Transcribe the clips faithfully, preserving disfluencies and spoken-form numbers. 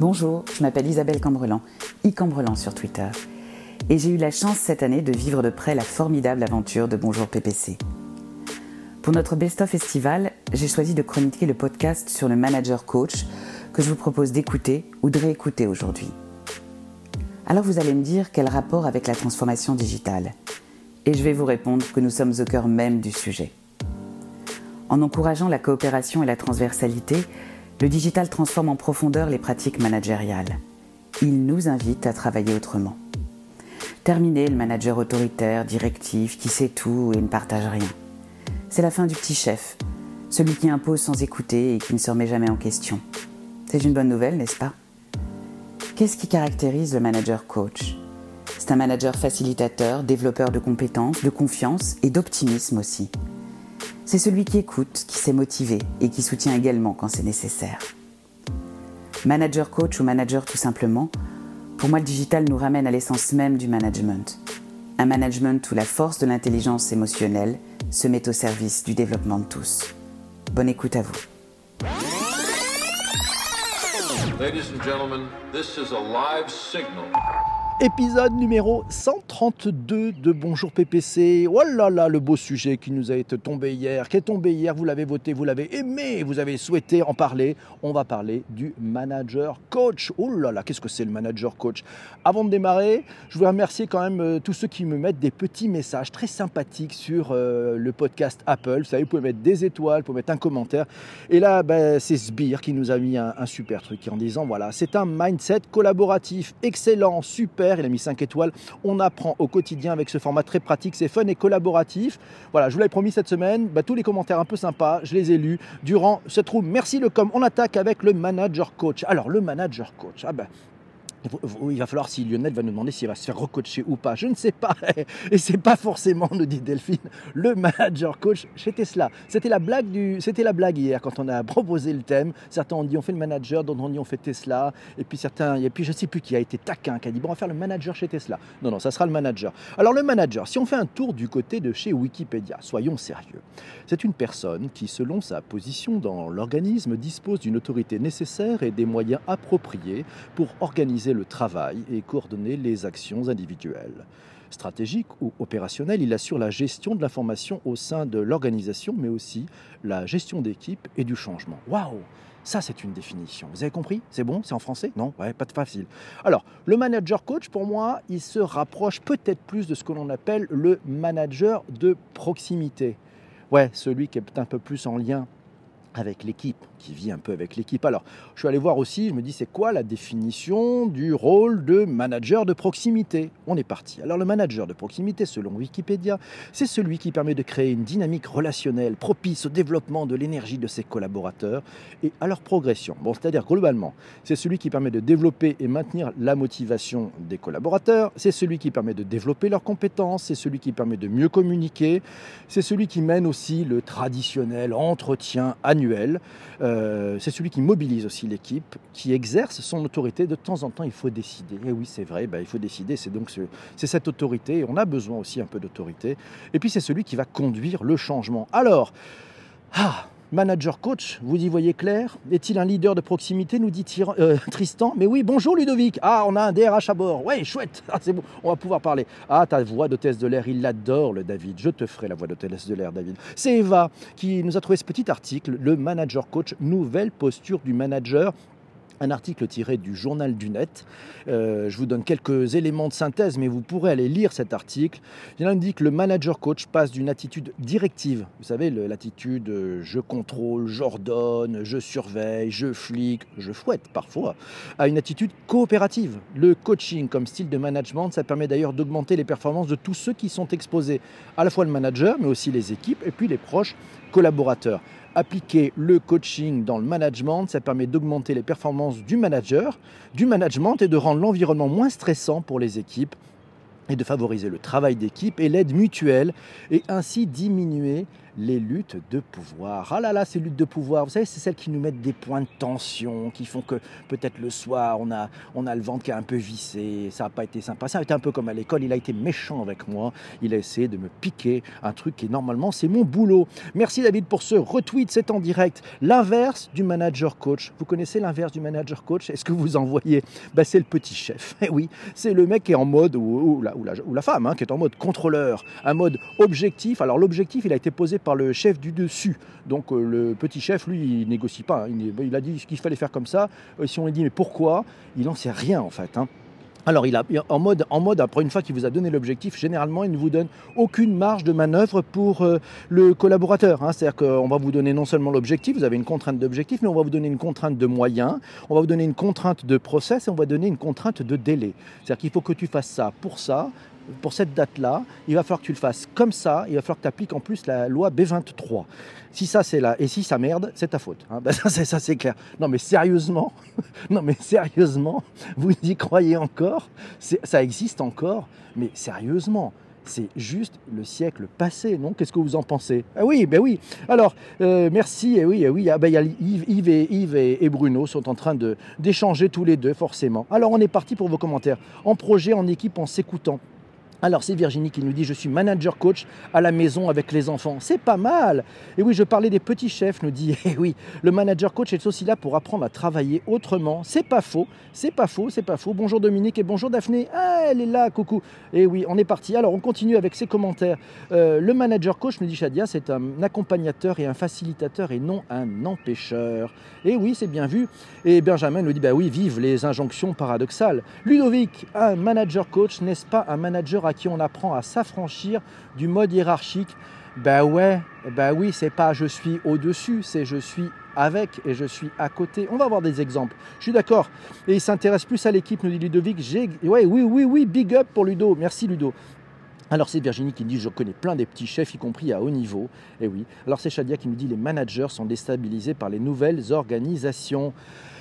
Bonjour, je m'appelle Isabelle Cambrelan, iCambrelan sur Twitter, et j'ai eu la chance cette année de vivre de près la formidable aventure de Bonjour P P C. Pour notre best-of estival, j'ai choisi de chroniquer le podcast sur le manager coach que je vous propose d'écouter ou de réécouter aujourd'hui. Alors vous allez me dire quel rapport avec la transformation digitale ? Et je vais vous répondre que nous sommes au cœur même du sujet. En encourageant la coopération et la transversalité, le digital transforme en profondeur les pratiques managériales. Il nous invite à travailler autrement. Terminer le manager autoritaire, directif, qui sait tout et ne partage rien. C'est la fin du petit chef, celui qui impose sans écouter et qui ne se remet jamais en question. C'est une bonne nouvelle, n'est-ce pas ? Qu'est-ce qui caractérise le manager coach ? C'est un manager facilitateur, développeur de compétences, de confiance et d'optimisme aussi. C'est celui qui écoute, qui sait motiver et qui soutient également quand c'est nécessaire. Manager coach ou manager tout simplement, pour moi le digital nous ramène à l'essence même du management. Un management où la force de l'intelligence émotionnelle se met au service du développement de tous. Bonne écoute à vous. Ladies and gentlemen, this is a live signal. Épisode numéro cent trente-deux de Bonjour P P C. Oh là là, le beau sujet qui nous a été tombé hier, qui est tombé hier, vous l'avez voté, vous l'avez aimé, vous avez souhaité en parler. On va parler du manager coach. Oh là là, qu'est-ce que c'est le manager coach ? Avant de démarrer, je voudrais remercier quand même euh, tous ceux qui me mettent des petits messages très sympathiques sur euh, le podcast Apple. Vous savez, vous pouvez mettre des étoiles, vous pouvez mettre un commentaire. Et là, ben, c'est Sbire qui nous a mis un, un super truc en disant, voilà, c'est un mindset collaboratif excellent, super. Il a mis cinq étoiles. On apprend au quotidien avec ce format très pratique, c'est fun et collaboratif. Voilà, je vous l'avais promis cette semaine, bah, tous les commentaires un peu sympas, je les ai lus durant cette room. Merci le com. On attaque avec le manager coach. Alors, le manager coach, ah ben... il va falloir, si Lionel va nous demander s'il va se faire recoacher ou pas, je ne sais pas, et c'est pas forcément, nous dit Delphine, le manager coach chez Tesla. C'était la blague du, c'était la blague hier quand on a proposé le thème. Certains ont dit on fait le manager, d'autres ont dit on fait Tesla, et puis certains, et puis je sais plus qui a été taquin, qui a dit bon on va faire le manager chez Tesla. Non non, ça sera le manager. Alors le manager, si on fait un tour du côté de chez Wikipédia, soyons sérieux, c'est une personne qui, selon sa position dans l'organisme, dispose d'une autorité nécessaire et des moyens appropriés pour organiser le travail et coordonner les actions individuelles. Stratégique ou opérationnel, il assure la gestion de l'information au sein de l'organisation, mais aussi la gestion d'équipe et du changement. Waouh! Ça, c'est une définition. Vous avez compris ? C'est bon ? C'est en français ? Non ? Ouais, pas de facile. Alors, le manager coach, pour moi, il se rapproche peut-être plus de ce que l'on appelle le manager de proximité. Ouais, celui qui est un peu plus en lien avec l'équipe, qui vit un peu avec l'équipe. Alors, je suis allé voir aussi, je me dis, c'est quoi la définition du rôle de manager de proximité ? On est parti. Alors, le manager de proximité, selon Wikipédia, c'est celui qui permet de créer une dynamique relationnelle propice au développement de l'énergie de ses collaborateurs et à leur progression. Bon, c'est-à-dire, globalement, c'est celui qui permet de développer et maintenir la motivation des collaborateurs, c'est celui qui permet de développer leurs compétences, c'est celui qui permet de mieux communiquer, c'est celui qui mène aussi le traditionnel entretien annuel. Euh, c'est celui qui mobilise aussi l'équipe, qui exerce son autorité. De temps en temps, il faut décider. Et oui, c'est vrai, bah, il faut décider. C'est donc ce, c'est cette autorité. Et on a besoin aussi un peu d'autorité. Et puis, c'est celui qui va conduire le changement. Alors, ah, manager coach, vous y voyez clair ? Est-il un leader de proximité, nous dit Tyr- euh, Tristan ? Mais oui, bonjour Ludovic. Ah, on a un D R H à bord. Ouais, chouette. Ah, c'est bon, on va pouvoir parler. Ah, ta voix d'hôtesse de l'air, il l'adore, le David. Je te ferai la voix d'hôtesse de l'air, David. C'est Eva qui nous a trouvé ce petit article, le manager coach, nouvelle posture du manager. Un article tiré du Journal du Net. Euh, je vous donne quelques éléments de synthèse, mais vous pourrez aller lire cet article. Il indique que le manager coach passe d'une attitude directive, vous savez, le, l'attitude euh, je contrôle, j'ordonne, je surveille, je flic, je fouette parfois, à une attitude coopérative. Le coaching comme style de management, ça permet d'ailleurs d'augmenter les performances de tous ceux qui sont exposés, à la fois le manager, mais aussi les équipes et puis les proches collaborateurs. Appliquer le coaching dans le management, ça permet d'augmenter les performances du manager, du management et de rendre l'environnement moins stressant pour les équipes et de favoriser le travail d'équipe et l'aide mutuelle et ainsi diminuer les luttes de pouvoir. Ah là là, ces luttes de pouvoir, vous savez, c'est celles qui nous mettent des points de tension, qui font que peut-être le soir, on a, on a le ventre qui est un peu vissé, ça n'a pas été sympa. Ça a été un peu comme à l'école, il a été méchant avec moi, il a essayé de me piquer un truc qui, normalement, c'est mon boulot. Merci David pour ce retweet, c'est en direct. L'inverse du manager coach. Vous connaissez l'inverse du manager coach? Est-ce que vous en voyez? Ben, c'est le petit chef. Eh oui, c'est le mec qui est en mode, ou, ou, la, ou, la, ou la femme, hein, qui est en mode contrôleur, un mode objectif. Alors l'objectif, il a été posé par le chef du dessus. Donc euh, le petit chef, lui, il négocie pas. Hein. Il, il a dit ce qu'il fallait faire comme ça. Euh, si on lui dit mais pourquoi, il n'en sait rien en fait. Hein. Alors, il a, en, mode, en mode, après une fois qu'il vous a donné l'objectif, généralement, il ne vous donne aucune marge de manœuvre pour euh, le collaborateur. Hein. C'est-à-dire qu'on va vous donner non seulement l'objectif, vous avez une contrainte d'objectif, mais on va vous donner une contrainte de moyens, on va vous donner une contrainte de process et on va donner une contrainte de délai. C'est-à-dire qu'il faut que tu fasses ça pour ça, pour cette date-là, il va falloir que tu le fasses comme ça, il va falloir que tu appliques en plus la loi B vingt-trois. Si ça c'est là, et si ça merde, c'est ta faute. Hein. Ben ça, c'est, ça c'est clair. Non mais sérieusement, non mais sérieusement, vous y croyez encore? c'est, Ça existe encore, mais sérieusement. C'est juste le siècle passé, non? Qu'est-ce que vous en pensez? Ah oui, ben oui. Alors, euh, merci, et oui, et oui. Ah ben, il y a Yves, Yves, et, Yves et, et Bruno sont en train de, d'échanger tous les deux, forcément. Alors, on est parti pour vos commentaires. En projet, en équipe, en s'écoutant. Alors c'est Virginie qui nous dit « Je suis manager coach à la maison avec les enfants ». C'est pas mal. Et oui, je parlais des petits chefs, nous dit « Eh oui, le manager coach est aussi là pour apprendre à travailler autrement ». C'est pas faux, c'est pas faux, c'est pas faux. Bonjour Dominique et bonjour Daphné. Ah, elle est là, coucou. Et oui, on est parti. Alors on continue avec ses commentaires. Euh, le manager coach, nous dit Shadia, c'est un accompagnateur et un facilitateur et non un empêcheur. Et oui, c'est bien vu. Et Benjamin nous dit « Bah oui, vive les injonctions paradoxales ». Ludovic, un manager coach, n'est-ce pas un manager à qui on apprend à s'affranchir du mode hiérarchique? Ben ouais, ben oui, c'est pas je suis au-dessus, c'est je suis avec et je suis à côté. On va avoir des exemples. Je suis d'accord. Et il s'intéresse plus à l'équipe, nous dit Ludovic. J'ai... Ouais, oui, oui, oui, big up pour Ludo. Merci Ludo. Alors c'est Virginie qui me dit « Je connais plein des petits chefs, y compris à haut niveau ». Et oui. Alors c'est Shadia qui nous dit « Les managers sont déstabilisés par les nouvelles organisations ».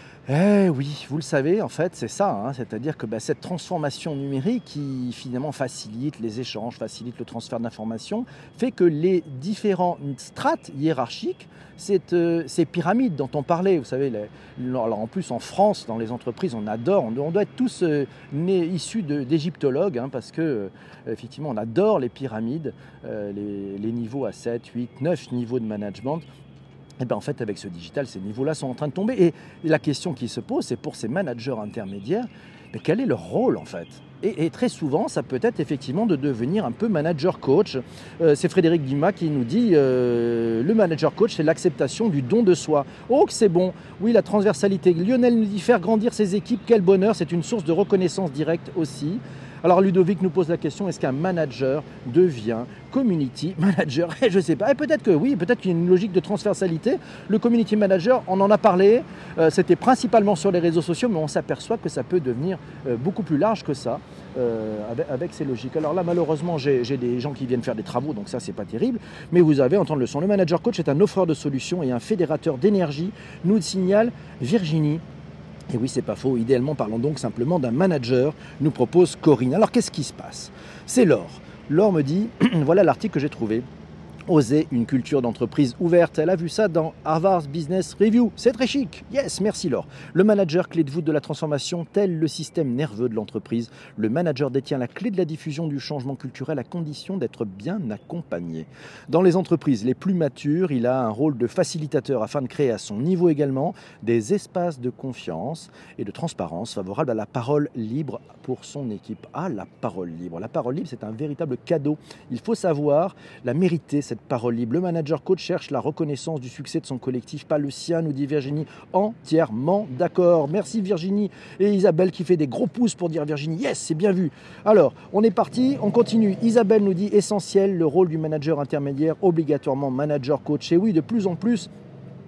Eh oui, vous le savez, en fait, c'est ça. Hein, c'est-à-dire que bah, cette transformation numérique qui finalement facilite les échanges, facilite le transfert d'informations, fait que les différentes strates hiérarchiques, cette, euh, ces pyramides dont on parlait, vous savez, les, alors en plus en France, dans les entreprises, on adore, on, on doit être tous euh, nés, issus de, d'égyptologues, hein, parce que euh, effectivement, on adore les pyramides, euh, les, les niveaux à sept, huit, neuf niveaux de management. Et bien en fait, avec ce digital, ces niveaux-là sont en train de tomber. Et la question qui se pose, c'est pour ces managers intermédiaires, mais quel est leur rôle en fait? Et, et très souvent, ça peut être effectivement de devenir un peu manager coach. Euh, c'est Frédéric Dumas qui nous dit euh, le manager coach, c'est l'acceptation du don de soi. Oh, que c'est bon! Oui, la transversalité. Lionel nous dit faire grandir ses équipes, quel bonheur! C'est une source de reconnaissance directe aussi. Alors Ludovic nous pose la question, est-ce qu'un manager devient community manager? Je ne sais pas, et peut-être que oui, peut-être qu'il y a une logique de transversalité. Le community manager, on en a parlé, euh, c'était principalement sur les réseaux sociaux, mais on s'aperçoit que ça peut devenir euh, beaucoup plus large que ça, euh, avec, avec ces logiques. Alors là, malheureusement, j'ai, j'ai des gens qui viennent faire des travaux, donc ça, c'est pas terrible, mais vous avez entendu le son. Le manager coach est un offreur de solutions et un fédérateur d'énergie, nous signale Virginie. Et oui, c'est pas faux. Idéalement, parlons donc simplement d'un manager, nous propose Corinne. Alors, qu'est-ce qui se passe? C'est Laure. Laure me dit, voilà l'article que j'ai trouvé. Oser une culture d'entreprise ouverte. Elle a vu ça dans Harvard Business Review. C'est très chic. Yes, merci Laure. Le manager, clé de voûte de la transformation, tel le système nerveux de l'entreprise. Le manager détient la clé de la diffusion du changement culturel à condition d'être bien accompagné. Dans les entreprises les plus matures, il a un rôle de facilitateur afin de créer à son niveau également des espaces de confiance et de transparence favorables à la parole libre pour son équipe. Ah, la parole libre. La parole libre, c'est un véritable cadeau. Il faut savoir la mériter, cette parole libre. Le manager coach cherche la reconnaissance du succès de son collectif, pas le sien, nous dit Virginie. Entièrement d'accord. Merci Virginie. Et Isabelle qui fait des gros pouces pour dire Virginie, yes, c'est bien vu. Alors, on est parti, on continue. Isabelle nous dit essentiel, le rôle du manager intermédiaire, obligatoirement manager coach. Et oui, de plus en plus,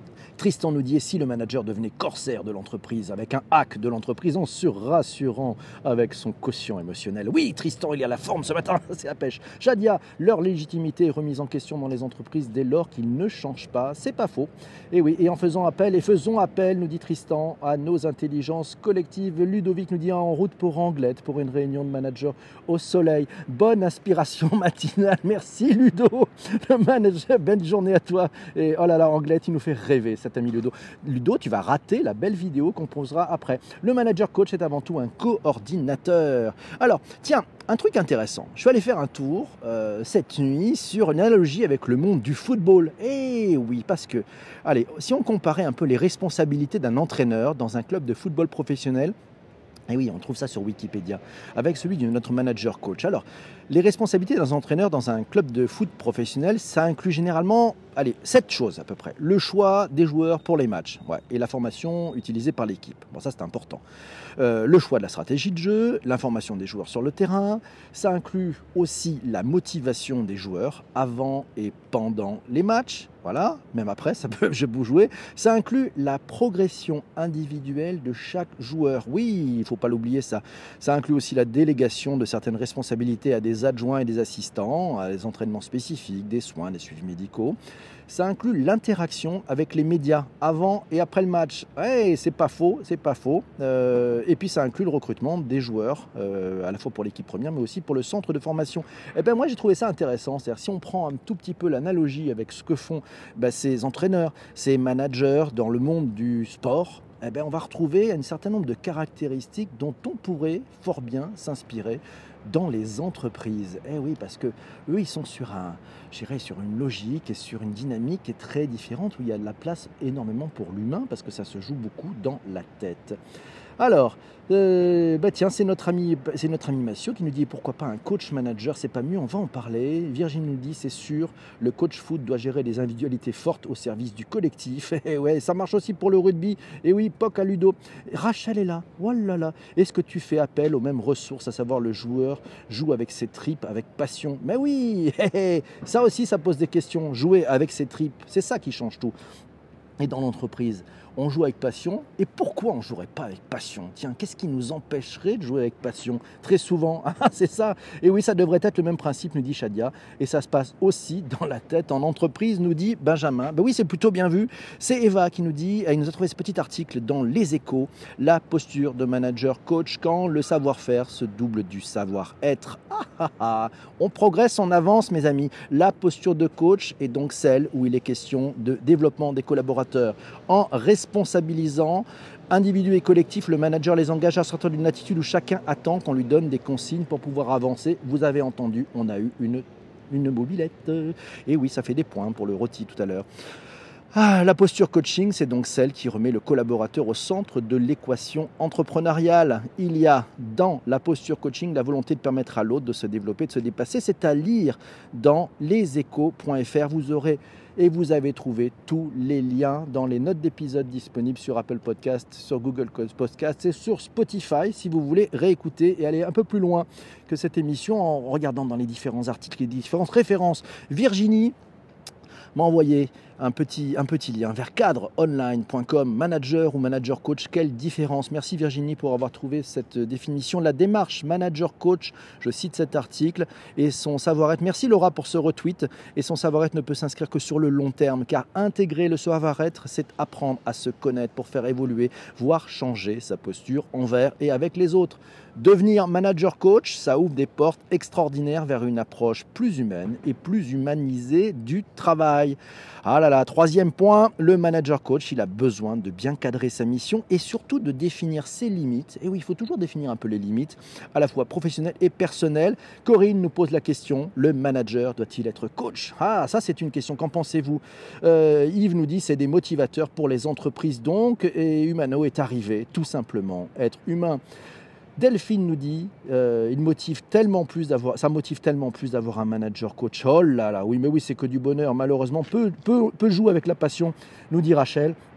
Tristan nous dit, et si le manager devenait corsaire de l'entreprise, avec un hack de l'entreprise en se rassurant avec son quotient émotionnel. Oui, Tristan, il y a la forme ce matin, c'est la pêche. Shadia, leur légitimité est remise en question dans les entreprises dès lors qu'ils ne changent pas. C'est pas faux. Et oui, et en faisant appel, et faisons appel, nous dit Tristan, à nos intelligences collectives. Ludovic nous dit en route pour Anglette, pour une réunion de manager au soleil. Bonne inspiration matinale. Merci Ludo. Le manager, belle journée à toi. Et oh là là, Anglette, il nous fait rêver, cet ami Ludo. Ludo, tu vas rater la belle vidéo qu'on posera après. Le manager coach est avant tout un coordinateur. Alors, tiens, un truc intéressant. Je suis allé faire un tour euh, cette nuit sur une analogie avec le monde du football. Eh oui, parce que, allez, si on comparait un peu les responsabilités d'un entraîneur dans un club de football professionnel, et oui, on trouve ça sur Wikipédia, avec celui de notre manager coach. Alors, les responsabilités d'un entraîneur dans un club de foot professionnel, ça inclut généralement, allez, sept choses à peu près. Le choix des joueurs pour les matchs, ouais, et la formation utilisée par l'équipe. Bon, ça c'est important. Euh, le choix de la stratégie de jeu, l'information des joueurs sur le terrain. Ça inclut aussi la motivation des joueurs avant et pendant les matchs. Voilà, même après, ça peut je peux jouer. Ça inclut la progression individuelle de chaque joueur. Oui, il ne faut pas l'oublier ça. Ça inclut aussi la délégation de certaines responsabilités à des adjoints et des assistants, à des entraînements spécifiques, des soins, des suivis médicaux. Ça inclut l'interaction avec les médias avant et après le match. Hey, c'est pas faux, c'est pas faux. Euh, et puis ça inclut le recrutement des joueurs, euh, à la fois pour l'équipe première, mais aussi pour le centre de formation. Et ben moi j'ai trouvé ça intéressant. C'est-à-dire si on prend un tout petit peu l'analogie avec ce que font ben, ces entraîneurs, ces managers dans le monde du sport, eh ben on va retrouver un certain nombre de caractéristiques dont on pourrait fort bien s'inspirer dans les entreprises. Eh oui, parce que eux, ils sont sur un, je dirais, sur une logique et sur une dynamique qui est très différente, où il y a de la place énormément pour l'humain, parce que ça se joue beaucoup dans la tête. Alors, euh, bah tiens, c'est notre ami, c'est notre ami Massio qui nous dit pourquoi pas un coach manager, c'est pas mieux, on va en parler. Virginie nous dit c'est sûr, le coach foot doit gérer des individualités fortes au service du collectif. Et ouais, ça marche aussi pour le rugby. Et oui, Poc à Ludo. Rachel est là. Oh là là. Est-ce que tu fais appel aux mêmes ressources, à savoir le joueur joue avec ses tripes, avec passion? Mais oui, ça aussi, ça pose des questions. Jouer avec ses tripes, c'est ça qui change tout. Et dans l'entreprise, on joue avec passion. Et pourquoi on ne jouerait pas avec passion? Tiens, qu'est-ce qui nous empêcherait de jouer avec passion? Très souvent, ah, c'est ça. Et oui, ça devrait être le même principe, nous dit Shadia. Et ça se passe aussi dans la tête en entreprise, nous dit Benjamin. Ben oui, c'est plutôt bien vu. C'est Eva qui nous dit, elle nous a trouvé ce petit article dans Les Échos, la posture de manager coach quand le savoir-faire se double du savoir-être. Ah, ah, ah. On progresse, on avance, mes amis. La posture de coach est donc celle où il est question de développement des collaborateurs en responsabilisant individus et collectifs. Le manager les engage à sortir d'une attitude où chacun attend qu'on lui donne des consignes pour pouvoir avancer. Vous avez entendu, on a eu une, une mobilette. Et oui, ça fait des points pour le rôti tout à l'heure. Ah, la posture coaching, c'est donc celle qui remet le collaborateur au centre de l'équation entrepreneuriale. Il y a dans la posture coaching la volonté de permettre à l'autre de se développer, de se dépasser. C'est à lire dans leséchos point f r. Vous aurez et vous avez trouvé tous les liens dans les notes d'épisode disponibles sur Apple Podcast, sur Google Podcast et sur Spotify si vous voulez réécouter et aller un peu plus loin que cette émission en regardant dans les différents articles, les différentes références. Virginie m'a envoyé un petit, un petit lien vers cadre online point com, manager ou manager coach, quelle différence? Merci Virginie pour avoir trouvé cette définition. La démarche manager coach, je cite cet article, et son savoir-être. Merci Laura pour ce retweet. Et son savoir-être ne peut s'inscrire que sur le long terme, car intégrer le savoir-être, c'est apprendre à se connaître pour faire évoluer, voire changer sa posture envers et avec les autres. Devenir manager coach, ça ouvre des portes extraordinaires vers une approche plus humaine et plus humanisée du travail. Ah là là, troisième point, le manager coach, il a besoin de bien cadrer sa mission et surtout de définir ses limites. Et oui, il faut toujours définir un peu les limites, à la fois professionnelles et personnelles. Corinne nous pose la question, le manager doit-il être coach? Ah, ça c'est une question, qu'en pensez-vous? euh, Yves nous dit, c'est des motivateurs pour les entreprises donc, et Humano est arrivé, tout simplement, être humain. Delphine nous dit, euh, il motive tellement plus d'avoir, ça motive tellement plus d'avoir un manager coach. Oh là là, oui, mais oui, c'est que du bonheur. Malheureusement, peu, peu, peu joue avec la passion, nous dit Rachel.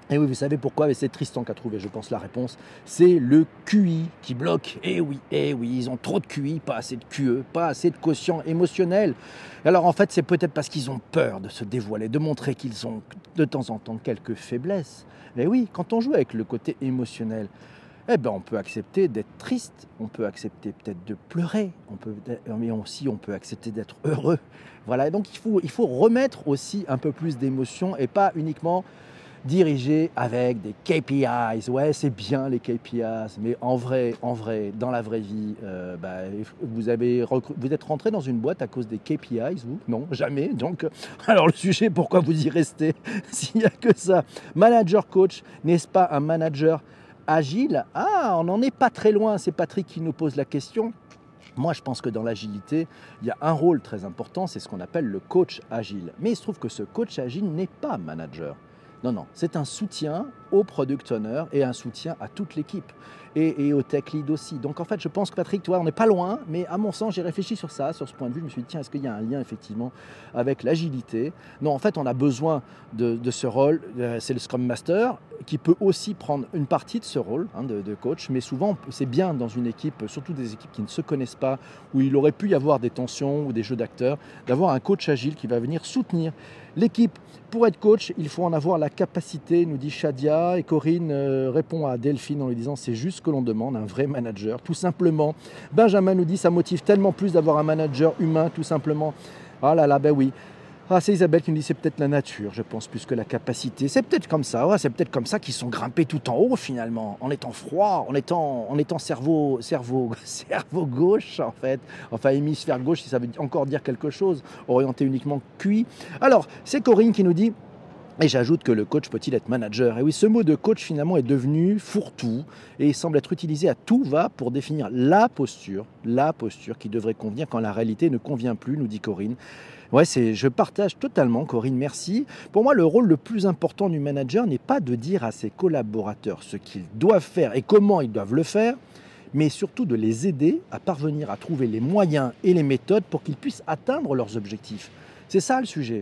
Et oui, vous savez pourquoi? Mais c'est Tristan qui a trouvé, je pense, la réponse. C'est le Q I qui bloque. Eh oui, eh oui, ils ont trop de Q I, pas assez de Q E, pas assez de quotient émotionnel. Alors en fait, c'est peut-être parce qu'ils ont peur de se dévoiler, de montrer qu'ils ont de temps en temps quelques faiblesses. Mais oui, quand on joue avec le côté émotionnel, eh ben, on peut accepter d'être triste, on peut accepter peut-être de pleurer, on peut, mais aussi on peut accepter d'être heureux. Voilà, et donc il faut, il faut remettre aussi un peu plus d'émotion et pas uniquement diriger avec des K P Is. Ouais, c'est bien les K P Is, mais en vrai, en vrai, dans la vraie vie, euh, bah, vous, avez recru- vous êtes rentré dans une boîte à cause des K P Is, vous? Non, jamais. Donc, alors le sujet, pourquoi vous y restez s'il n'y a que ça? Manager coach, n'est-ce pas un manager agile? Ah, on n'en est pas très loin. C'est Patrick qui nous pose la question. Moi, je pense que dans l'agilité, il y a un rôle très important, c'est ce qu'on appelle le coach agile. Mais il se trouve que ce coach agile n'est pas manager. Non, non, c'est un soutien au product owner et un soutien à toute l'équipe et, et au tech lead aussi. Donc en fait, je pense que Patrick, toi, on n'est pas loin, mais à mon sens, j'ai réfléchi sur ça, sur ce point de vue. Je me suis dit, tiens, est-ce qu'il y a un lien effectivement avec l'agilité? Non, en fait, on a besoin de, de ce rôle. C'est le Scrum Master qui peut aussi prendre une partie de ce rôle hein, de, de coach, mais souvent, c'est bien dans une équipe, surtout des équipes qui ne se connaissent pas, où il aurait pu y avoir des tensions ou des jeux d'acteurs, d'avoir un coach agile qui va venir soutenir l'équipe. Pour être coach, il faut en avoir la capacité, nous dit Shadia, et Corinne euh, répond à Delphine en lui disant c'est juste ce que l'on demande, un vrai manager, tout simplement. Benjamin nous dit ça motive tellement plus d'avoir un manager humain, tout simplement. Ah là là, ben oui. Ah, c'est Isabelle qui nous dit c'est peut-être la nature, je pense, plus que la capacité. C'est peut-être comme ça, ouais, c'est peut-être comme ça qu'ils sont grimpés tout en haut finalement, en étant froid, en étant, en étant cerveau, cerveau, cerveau gauche en fait, enfin hémisphère gauche si ça veut encore dire quelque chose, orienté uniquement Q I. Alors, c'est Corinne qui nous dit et j'ajoute que le coach peut-il être manager? Et oui, ce mot de coach finalement est devenu fourre-tout et il semble être utilisé à tout va pour définir la posture, la posture qui devrait convenir quand la réalité ne convient plus, nous dit Corinne. Ouais, c'est, je partage totalement, Corinne, merci. Pour moi, le rôle le plus important du manager n'est pas de dire à ses collaborateurs ce qu'ils doivent faire et comment ils doivent le faire, mais surtout de les aider à parvenir à trouver les moyens et les méthodes pour qu'ils puissent atteindre leurs objectifs. C'est ça le sujet.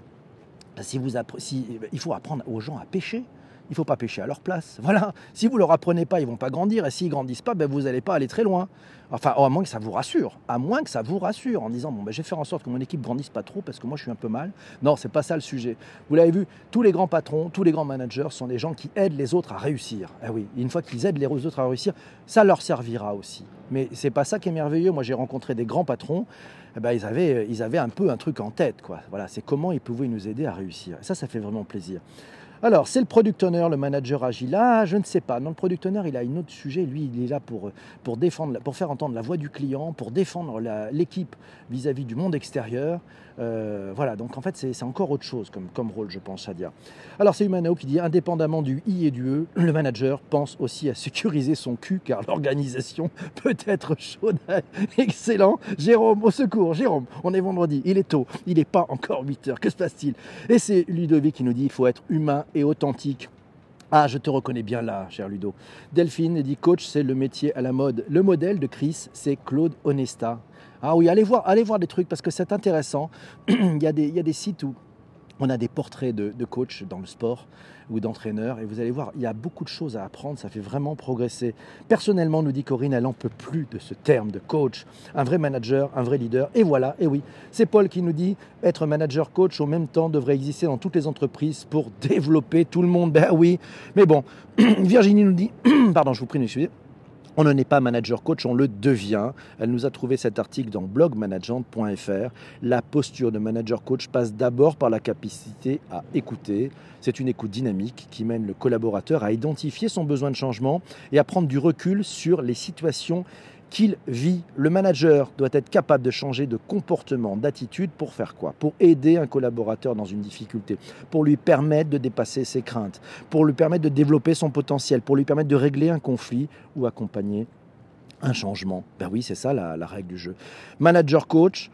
Si vous appre- si, il faut apprendre aux gens à pêcher. Il ne faut pas pêcher à leur place. Voilà. Si vous ne leur apprenez pas, ils ne vont pas grandir. Et s'ils ne grandissent pas, ben vous n'allez pas aller très loin. Enfin, à moins que ça vous rassure. À moins que ça vous rassure en disant, bon, ben, je vais faire en sorte que mon équipe ne grandisse pas trop parce que moi, je suis un peu mal. Non, ce n'est pas ça le sujet. Vous l'avez vu, tous les grands patrons, tous les grands managers sont des gens qui aident les autres à réussir. Eh oui, une fois qu'ils aident les autres à réussir, ça leur servira aussi. Mais ce n'est pas ça qui est merveilleux. Moi, j'ai rencontré des grands patrons. Eh ben, ils, avaient, ils avaient un peu un truc en tête, quoi. Voilà, c'est comment ils pouvaient nous aider à réussir. Et ça, ça fait vraiment plaisir. Alors, c'est le product owner, le manager agile. Ah, je ne sais pas. Non, le product owner, il a un autre sujet. Lui, il est là pour, pour, défendre, pour faire entendre la voix du client, pour défendre la, l'équipe vis-à-vis du monde extérieur. Euh, voilà, donc en fait, c'est, c'est encore autre chose comme, comme rôle, je pense, Shadia. Alors, c'est Humanao qui dit, indépendamment du I et du E, le manager pense aussi à sécuriser son cul, car l'organisation peut être chaude. Excellent. Jérôme, au secours. Jérôme, on est vendredi, il est tôt, il n'est pas encore huit heures. Que se passe-t-il? Et c'est Ludovic qui nous dit, il faut être humain et authentique. Ah, je te reconnais bien là, cher Ludo. Delphine dit, coach, c'est le métier à la mode. Le modèle de Chris, c'est Claude Onesta. Ah oui, allez voir, allez voir des trucs parce que c'est intéressant. il, y a des, il y a des sites où on a des portraits de, de coachs dans le sport ou d'entraîneurs et vous allez voir, il y a beaucoup de choses à apprendre, ça fait vraiment progresser. Personnellement, nous dit Corinne, elle n'en peut plus de ce terme de coach. Un vrai manager, un vrai leader. Et voilà, et oui, c'est Paul qui nous dit, être manager coach au même temps devrait exister dans toutes les entreprises pour développer tout le monde. Ben oui, mais bon, Virginie nous dit, pardon, je vous prie d'excuser. On ne n'est pas manager coach, on le devient. Elle nous a trouvé cet article dans blog management point f r. La posture de manager coach passe d'abord par la capacité à écouter. C'est une écoute dynamique qui mène le collaborateur à identifier son besoin de changement et à prendre du recul sur les situations qu'il vit. Le manager doit être capable de changer de comportement, d'attitude pour faire quoi? Pour aider un collaborateur dans une difficulté, pour lui permettre de dépasser ses craintes, pour lui permettre de développer son potentiel, pour lui permettre de régler un conflit ou accompagner un changement. Ben oui, c'est ça la, la règle du jeu. Manager coach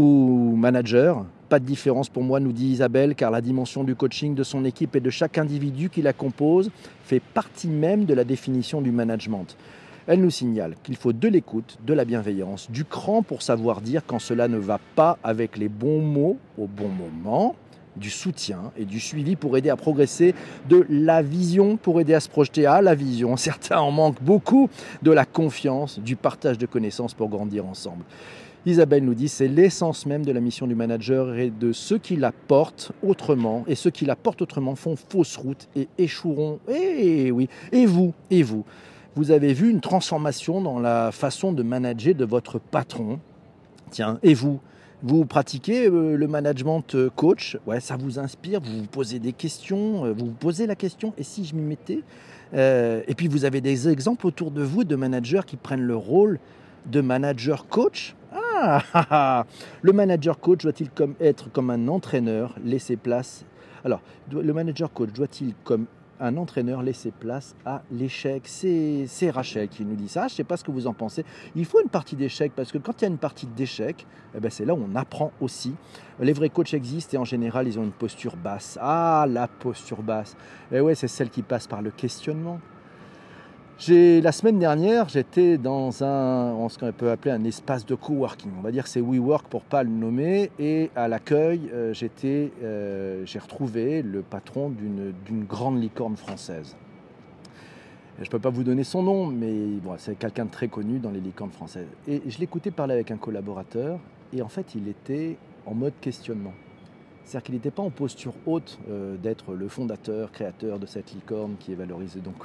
ou manager, pas de différence pour moi, nous dit Isabelle, car la dimension du coaching de son équipe et de chaque individu qui la compose fait partie même de la définition du management. Elle nous signale qu'il faut de l'écoute, de la bienveillance, du cran pour savoir dire quand cela ne va pas avec les bons mots au bon moment. du soutien et du suivi pour aider à progresser, de la vision pour aider à se projeter à la vision. Certains en manquent beaucoup, de la confiance, du partage de connaissances pour grandir ensemble. Isabelle nous dit, c'est l'essence même de la mission du manager et de ceux qui la portent autrement. Et ceux qui la portent autrement font fausse route et échoueront. Et oui, et vous, et vous, vous avez vu une transformation dans la façon de manager de votre patron. Tiens, et vous, vous pratiquez le management coach, ouais, ça vous inspire, vous vous posez des questions, vous vous posez la question, et si je m'y mettais euh, Et puis vous avez des exemples autour de vous de managers qui prennent le rôle de manager coach. Ah, ah, ah. Le manager coach doit-il comme être comme un entraîneur laisser place Alors, le manager coach doit-il comme un entraîneur laisser place à l'échec? C'est, c'est Rachel qui nous dit ça. Je ne sais pas ce que vous en pensez. Il faut une partie d'échec parce que quand il y a une partie d'échec, eh ben c'est là où on apprend aussi. Les vrais coachs existent et en général, ils ont une posture basse. Ah, la posture basse. Et ouais, c'est celle qui passe par le questionnement. J'ai, la semaine dernière, j'étais dans un, ce qu'on peut appeler un espace de coworking. On va dire que c'est WeWork pour ne pas le nommer. Et à l'accueil, euh, j'étais, euh, j'ai retrouvé le patron d'une, d'une grande licorne française. Je ne peux pas vous donner son nom, mais bon, c'est quelqu'un de très connu dans les licornes françaises. Et je l'écoutais parler avec un collaborateur. Et en fait, il était en mode questionnement. C'est-à-dire qu'il n'était pas en posture haute euh, d'être le fondateur, créateur de cette licorne qui est valorisée donc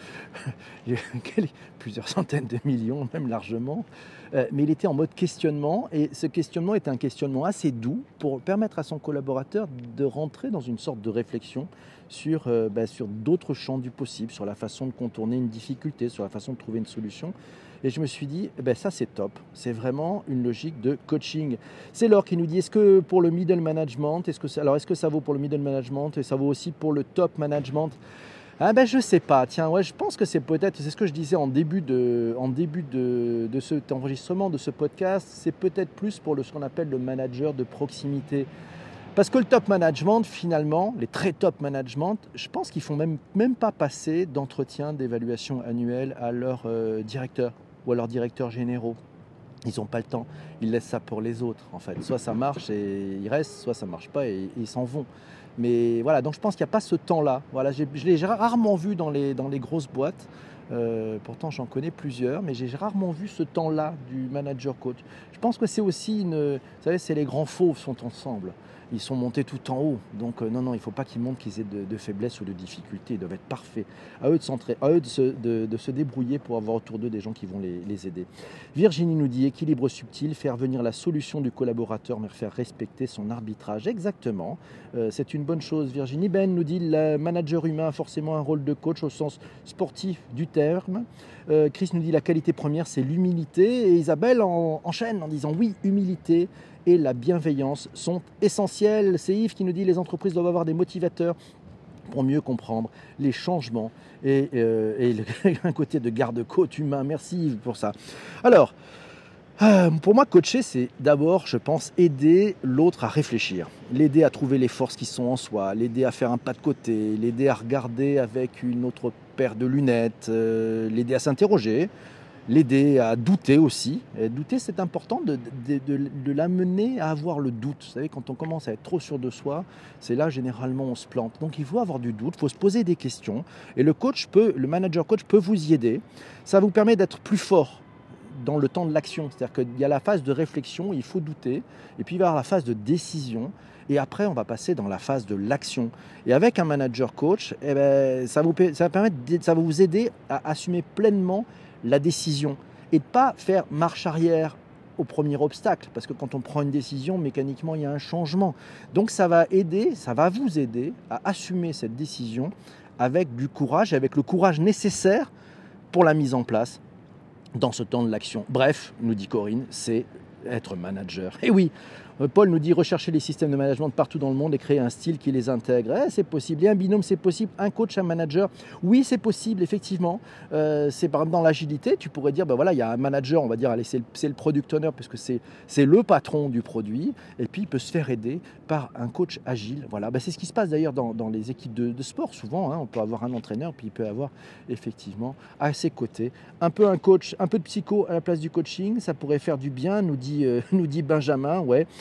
plusieurs centaines de millions, même largement. Euh, mais il était en mode questionnement et ce questionnement était un questionnement assez doux pour permettre à son collaborateur de rentrer dans une sorte de réflexion sur, euh, bah, sur d'autres champs du possible, sur la façon de contourner une difficulté, sur la façon de trouver une solution. Et je me suis dit, eh ben ça c'est top, c'est vraiment une logique de coaching. C'est Laure qui nous dit, est-ce que pour le middle management, est-ce que ça, alors est-ce que ça vaut pour le middle management et ça vaut aussi pour le top management? Ah ben je sais pas, tiens, ouais, je pense que c'est peut-être, c'est ce que je disais en début de, en début de, de cet enregistrement, de ce podcast, c'est peut-être plus pour le, ce qu'on appelle le manager de proximité. Parce que le top management, finalement, les très top management, je pense qu'ils ne font même, même pas passer d'entretien d'évaluation annuelle à leurs euh, directeurs ou à leurs directeurs généraux. Ils n'ont pas le temps, ils laissent ça pour les autres en fait. Soit ça marche et ils restent, soit ça ne marche pas et, et ils s'en vont. Mais voilà, donc je pense qu'il n'y a pas ce temps-là. Voilà, j'ai, je l'ai rarement vu dans les, dans les grosses boîtes. Euh, pourtant j'en connais plusieurs, mais j'ai rarement vu ce temps-là du manager coach. Je pense que c'est aussi une... Vous savez, c'est les grands fauves sont ensemble. Ils sont montés tout en haut. Donc euh, non, non, il ne faut pas qu'ils montrent qu'ils aient de, de faiblesses ou de difficultés. Ils doivent être parfaits. À eux de, s'entrer, à eux de, se, de, de se débrouiller pour avoir autour d'eux des gens qui vont les, les aider. Virginie nous dit, équilibre subtil, faire venir la solution du collaborateur, mais faire respecter son arbitrage. Exactement. Euh, c'est une bonne chose, Virginie. Ben nous dit, le manager humain a forcément un rôle de coach au sens sportif du terme. Euh, Chris nous dit, la qualité première, c'est l'humilité. Et Isabelle en, enchaîne en disant, oui, humilité et la bienveillance sont essentielles. C'est Yves qui nous dit que les entreprises doivent avoir des motivateurs pour mieux comprendre les changements et, euh, et le, un côté de garde-côte humain. Merci Yves pour ça. Alors, euh, pour moi, coacher, c'est d'abord, je pense, aider l'autre à réfléchir, l'aider à trouver les forces qui sont en soi, l'aider à faire un pas de côté, l'aider à regarder avec une autre paire de lunettes, euh, l'aider à s'interroger, l'aider à douter aussi. Et douter, c'est important de, de, de, de l'amener à avoir le doute. Vous savez, quand on commence à être trop sûr de soi, c'est là, généralement, on se plante. Donc, il faut avoir du doute, il faut se poser des questions. Et le coach peut, le manager coach peut vous y aider. Ça vous permet d'être plus fort dans le temps de l'action. C'est-à-dire qu'il y a la phase de réflexion, il faut douter. Et puis, il va y avoir la phase de décision. Et après, on va passer dans la phase de l'action. Et avec un manager coach, eh ben, ça, vous, ça, va permettre, ça va vous aider à assumer pleinement la décision et de ne pas faire marche arrière au premier obstacle, parce que quand on prend une décision, mécaniquement, il y a un changement. Donc ça va aider, ça va vous aider à assumer cette décision avec du courage, avec le courage nécessaire pour la mise en place dans ce temps de l'action. Bref, nous dit Corinne, c'est être manager. Et oui, Paul nous dit rechercher les systèmes de management partout dans le monde et créer un style qui les intègre. Eh, c'est possible. Et un binôme, c'est possible. Un coach, un manager, oui, c'est possible, effectivement. Euh, c'est par exemple dans l'agilité, tu pourrais dire, ben voilà, il y a un manager, on va dire, allez, c'est le, c'est le product owner, puisque c'est, c'est le patron du produit, et puis il peut se faire aider par un coach agile. Voilà, ben, c'est ce qui se passe d'ailleurs dans, dans les équipes de, de sport, souvent. Hein, on peut avoir un entraîneur, puis il peut avoir effectivement à ses côtés un peu un coach, un peu de psycho à la place du coaching. Ça pourrait faire du bien, nous dit, euh, nous dit Benjamin, ouais.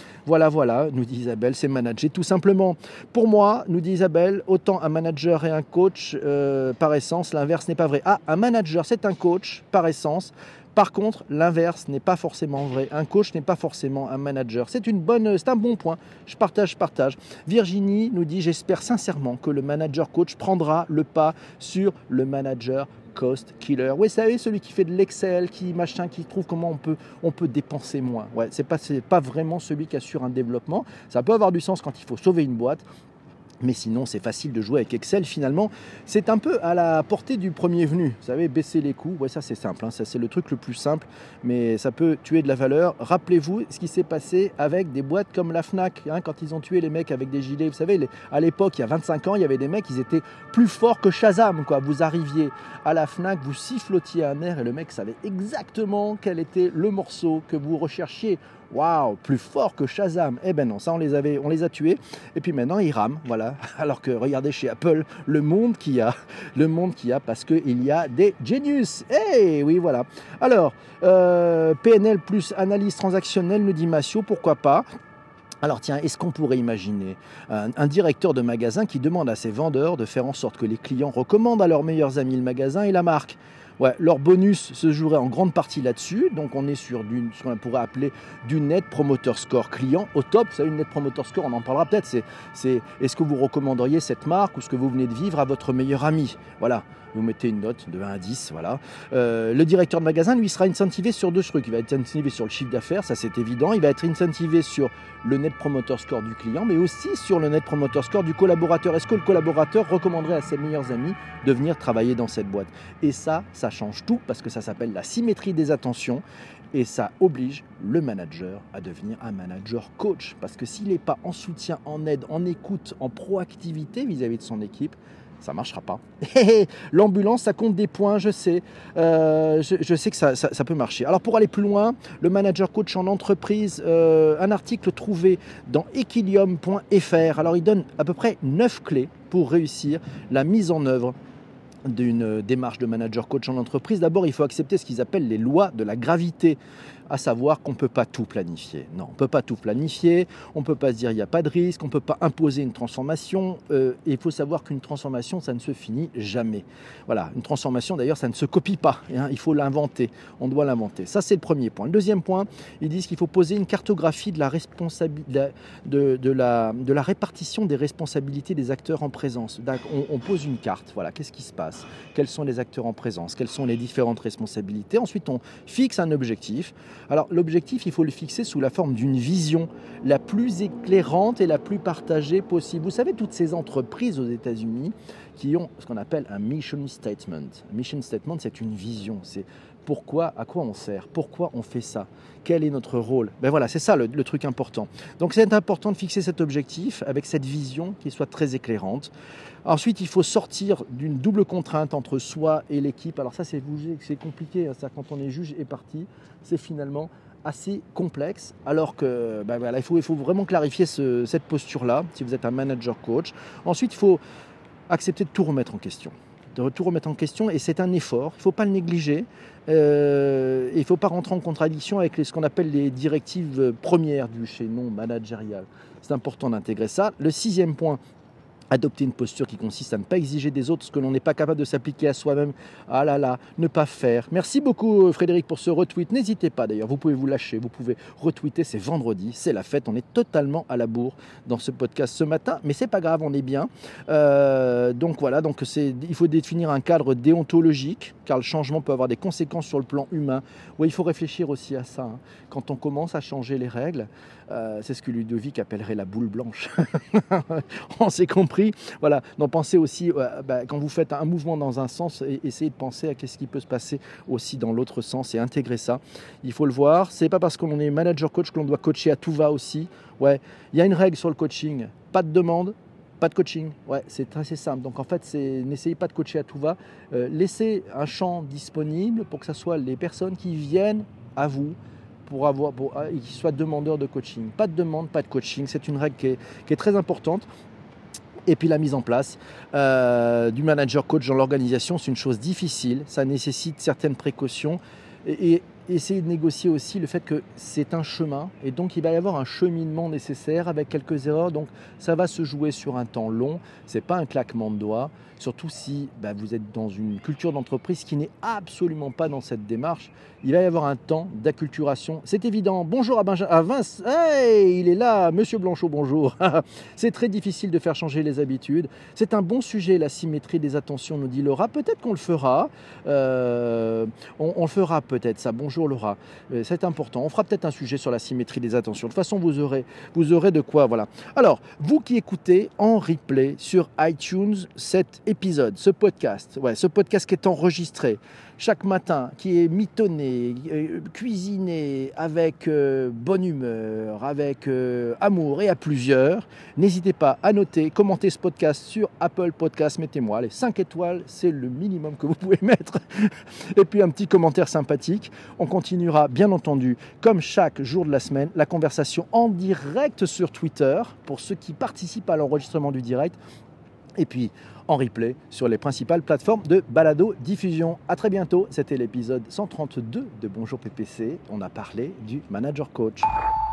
Voilà, voilà, nous dit Isabelle, c'est manager tout simplement. Pour moi, nous dit Isabelle, autant un manager et un coach, euh, par essence, l'inverse n'est pas vrai. Ah, un manager, c'est un coach, par essence. Par contre, l'inverse n'est pas forcément vrai. Un coach n'est pas forcément un manager. C'est une bonne, c'est un bon point. Je partage, je partage. Virginie nous dit, j'espère sincèrement que le manager coach prendra le pas sur le manager cost killer. Oui, vous savez, celui qui fait de l'Excel, qui machin, qui trouve comment on peut, on peut dépenser moins. Ouais, c'est pas, c'est pas vraiment celui qui assure un développement. Ça peut avoir du sens quand il faut sauver une boîte. Mais sinon, c'est facile de jouer avec Excel. Finalement, c'est un peu à la portée du premier venu. Vous savez, baisser les coûts, ouais, ça c'est simple. Hein. Ça, c'est le truc le plus simple, mais ça peut tuer de la valeur. Rappelez-vous ce qui s'est passé avec des boîtes comme la Fnac, hein, quand ils ont tué les mecs avec des gilets. Vous savez, les, à l'époque, il y a vingt-cinq ans, il y avait des mecs, ils étaient plus forts que Shazam, quoi. Vous arriviez à la Fnac, vous sifflotiez un air et le mec savait exactement quel était le morceau que vous recherchiez. Waouh, plus fort que Shazam. Eh ben non, ça on les avait, on les a tués. Et puis maintenant ils rament, voilà. Alors que regardez chez Apple, le monde qu'il y a, le monde qu'il y a, parce qu'il y a des genius. Eh oui, voilà. Alors, euh, P N L plus analyse transactionnelle, nous dit Massio, pourquoi pas. Alors tiens, est-ce qu'on pourrait imaginer un, un directeur de magasin qui demande à ses vendeurs de faire en sorte que les clients recommandent à leurs meilleurs amis le magasin et la marque ? Ouais, leur bonus se jouerait en grande partie là-dessus. Donc on est sur du, ce qu'on pourrait appeler du Net Promoter Score client au top. Vous savez, une Net Promoter Score, on en parlera peut-être. C'est, c'est est-ce que vous recommanderiez cette marque ou ce que vous venez de vivre à votre meilleur ami ? Voilà, vous mettez une note de un à dix. Voilà. Euh, le directeur de magasin, lui, sera incentivé sur deux trucs. Il va être incentivé sur le chiffre d'affaires, ça c'est évident. Il va être incentivé sur le Net Promoter Score du client, mais aussi sur le Net Promoter Score du collaborateur. Est-ce que le collaborateur recommanderait à ses meilleurs amis de venir travailler dans cette boîte ? Et ça, ça change tout parce que ça s'appelle la symétrie des attentions et ça oblige le manager à devenir un manager coach. Parce que s'il n'est pas en soutien, en aide, en écoute, en proactivité vis-à-vis de son équipe, ça ne marchera pas. L'ambulance, ça compte des points, je sais. Euh, je, je sais que ça, ça, ça peut marcher. Alors pour aller plus loin, le manager coach en entreprise, euh, un article trouvé dans equilium point f r. Alors il donne à peu près neuf clés pour réussir la mise en œuvre d'une démarche de manager coach en entreprise. D'abord, il faut accepter ce qu'ils appellent les lois de la gravité, à savoir qu'on ne peut pas tout planifier. Non, on ne peut pas tout planifier, on ne peut pas se dire il n'y a pas de risque, on ne peut pas imposer une transformation. Euh, et il faut savoir qu'une transformation, ça ne se finit jamais. Voilà, une transformation d'ailleurs, ça ne se copie pas. Hein, il faut l'inventer, on doit l'inventer. Ça, c'est le premier point. Le deuxième point, ils disent qu'il faut poser une cartographie de la, responsabi- de, de, de, la, de la répartition des responsabilités des acteurs en présence. On, on pose une carte, voilà, qu'est-ce qui se passe ? Quels sont les acteurs en présence ? Quelles sont les différentes responsabilités ? Ensuite, on fixe un objectif. Alors, l'objectif, il faut le fixer sous la forme d'une vision la plus éclairante et la plus partagée possible. Vous savez, toutes ces entreprises aux États-Unis qui ont ce qu'on appelle un mission statement. Un mission statement, c'est une vision. C'est pourquoi, à quoi on sert, pourquoi on fait ça, quel est notre rôle. Ben voilà, c'est ça le, le truc important. Donc, c'est important de fixer cet objectif avec cette vision qui soit très éclairante. Ensuite, il faut sortir d'une double contrainte entre soi et l'équipe. Alors ça, c'est, c'est compliqué. C'est-à-dire quand on est juge et partie, c'est finalement assez complexe. Alors que ben voilà, il, faut, il faut vraiment clarifier ce, cette posture-là, si vous êtes un manager coach. Ensuite, il faut accepter de tout remettre en question. De tout remettre en question, et c'est un effort. Il ne faut pas le négliger. Euh, il ne faut pas rentrer en contradiction avec les, ce qu'on appelle les directives premières du chaînon managérial. C'est important d'intégrer ça. Le sixième point, adopter une posture qui consiste à ne pas exiger des autres ce que l'on n'est pas capable de s'appliquer à soi-même. Ah là là, ne pas faire. Merci beaucoup Frédéric pour ce retweet. N'hésitez pas d'ailleurs, vous pouvez vous lâcher, vous pouvez retweeter, c'est vendredi, c'est la fête, on est totalement à la bourre dans ce podcast ce matin, mais c'est pas grave, on est bien. Euh, donc voilà, donc c'est, il faut définir un cadre déontologique, car le changement peut avoir des conséquences sur le plan humain. Oui, il faut réfléchir aussi à ça. Hein. Quand on commence à changer les règles, euh, c'est ce que Ludovic appellerait la boule blanche. On s'est compris. Voilà. Donc pensez aussi, euh, bah, quand vous faites un mouvement dans un sens, et, essayez de penser à ce qui peut se passer aussi dans l'autre sens et intégrer ça. Il faut le voir. C'est pas parce qu'on est manager coach que l'on doit coacher à tout va aussi. Ouais. Il y a une règle sur le coaching. Pas de demande. Pas de coaching, ouais, c'est assez simple. Donc en fait, c'est, n'essayez pas de coacher à tout va. Euh, laissez un champ disponible pour que ce soit les personnes qui viennent à vous pour avoir, pour, et qui soient demandeurs de coaching. Pas de demande, pas de coaching. C'est une règle qui est, qui est très importante. Et puis la mise en place euh, du manager coach dans l'organisation, c'est une chose difficile. Ça nécessite certaines précautions. Et, et essayer de négocier aussi le fait que c'est un chemin et donc il va y avoir un cheminement nécessaire avec quelques erreurs. Donc ça va se jouer sur un temps long. C'est pas un claquement de doigts. Surtout si bah, vous êtes dans une culture d'entreprise qui n'est absolument pas dans cette démarche. Il va y avoir un temps d'acculturation. C'est évident. Bonjour à, Benja- à Vince. Hey, il est là. Monsieur Blanchot, bonjour. C'est très difficile de faire changer les habitudes. C'est un bon sujet, la symétrie des attentions, nous dit Laura. Peut-être qu'on le fera. Euh, on, on le fera peut-être, ça. Bonjour Laura. Euh, c'est important. On fera peut-être un sujet sur la symétrie des attentions. De toute façon, vous aurez, vous aurez de quoi. Voilà. Alors, vous qui écoutez en replay sur iTunes cet épisode, ce podcast, ouais, ce podcast qui est enregistré chaque matin, qui est mitonné, euh, cuisiné avec euh, bonne humeur, avec euh, amour et à plusieurs. N'hésitez pas à noter, commenter ce podcast sur Apple Podcast. Mettez-moi les cinq étoiles, c'est le minimum que vous pouvez mettre. Et puis un petit commentaire sympathique. On continuera bien entendu, comme chaque jour de la semaine, la conversation en direct sur Twitter pour ceux qui participent à l'enregistrement du direct. Et puis en replay sur les principales plateformes de balado-diffusion. À très bientôt, c'était l'épisode cent trente-deux de Bonjour P P C. On a parlé du Manager Coach.